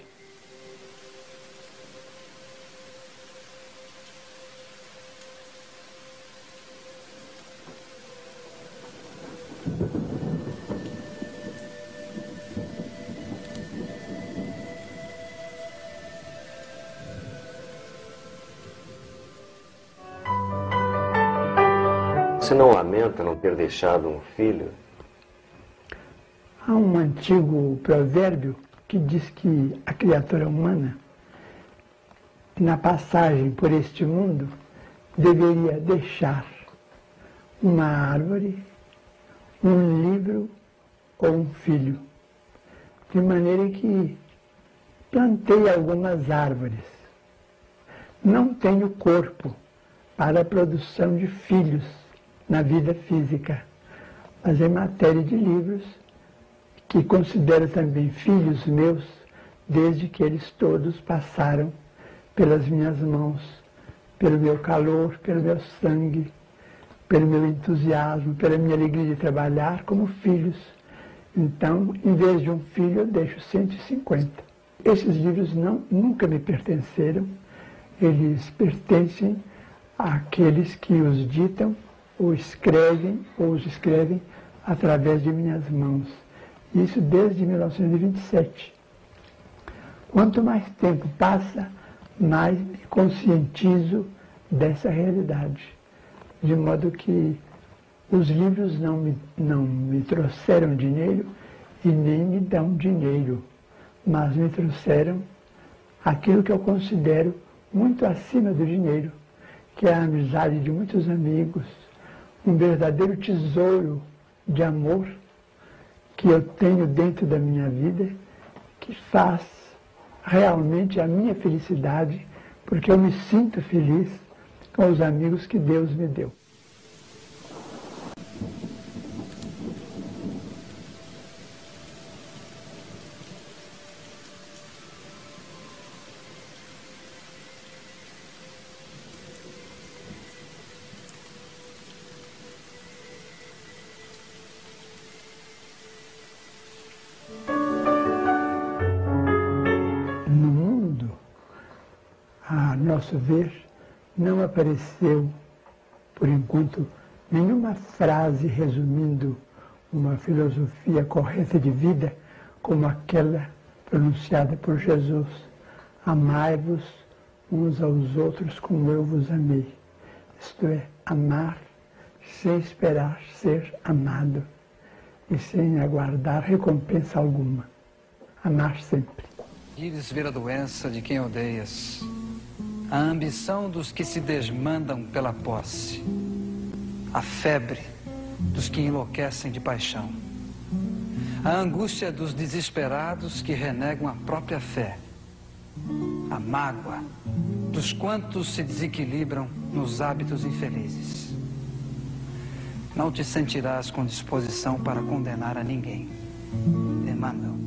Você não lamenta não ter deixado um filho? Há um antigo provérbio que diz que a criatura humana, na passagem por este mundo, deveria deixar uma árvore, um livro ou um filho. De maneira que plantei algumas árvores. Não tenho corpo para a produção de filhos na vida física, mas em matéria de livros, que considero também filhos meus, desde que eles todos passaram pelas minhas mãos, pelo meu calor, pelo meu sangue, pelo meu entusiasmo, pela minha alegria de trabalhar como filhos. Então, em vez de um filho, eu deixo cento e cinquenta. Esses livros não, nunca me pertenceram, eles pertencem àqueles que os ditam, ou escrevem, ou os escrevem através de minhas mãos. Isso desde mil novecentos e vinte e sete. Quanto mais tempo passa, mais me conscientizo dessa realidade. De modo que os livros não me, não me trouxeram dinheiro e nem me dão dinheiro, mas me trouxeram aquilo que eu considero muito acima do dinheiro, que é a amizade de muitos amigos, um verdadeiro tesouro de amor que eu tenho dentro da minha vida, que faz realmente a minha felicidade, porque eu me sinto feliz com os amigos que Deus me deu. A nosso ver, não apareceu, por enquanto, nenhuma frase resumindo uma filosofia correta de vida como aquela pronunciada por Jesus: amai-vos uns aos outros como eu vos amei. Isto é, amar sem esperar ser amado e sem aguardar recompensa alguma. Amar sempre. Ires ver a doença de quem odeias, a ambição dos que se desmandam pela posse, a febre dos que enlouquecem de paixão, a angústia dos desesperados que renegam a própria fé, a mágoa dos quantos se desequilibram nos hábitos infelizes. Não te sentirás com disposição para condenar a ninguém. Emmanuel.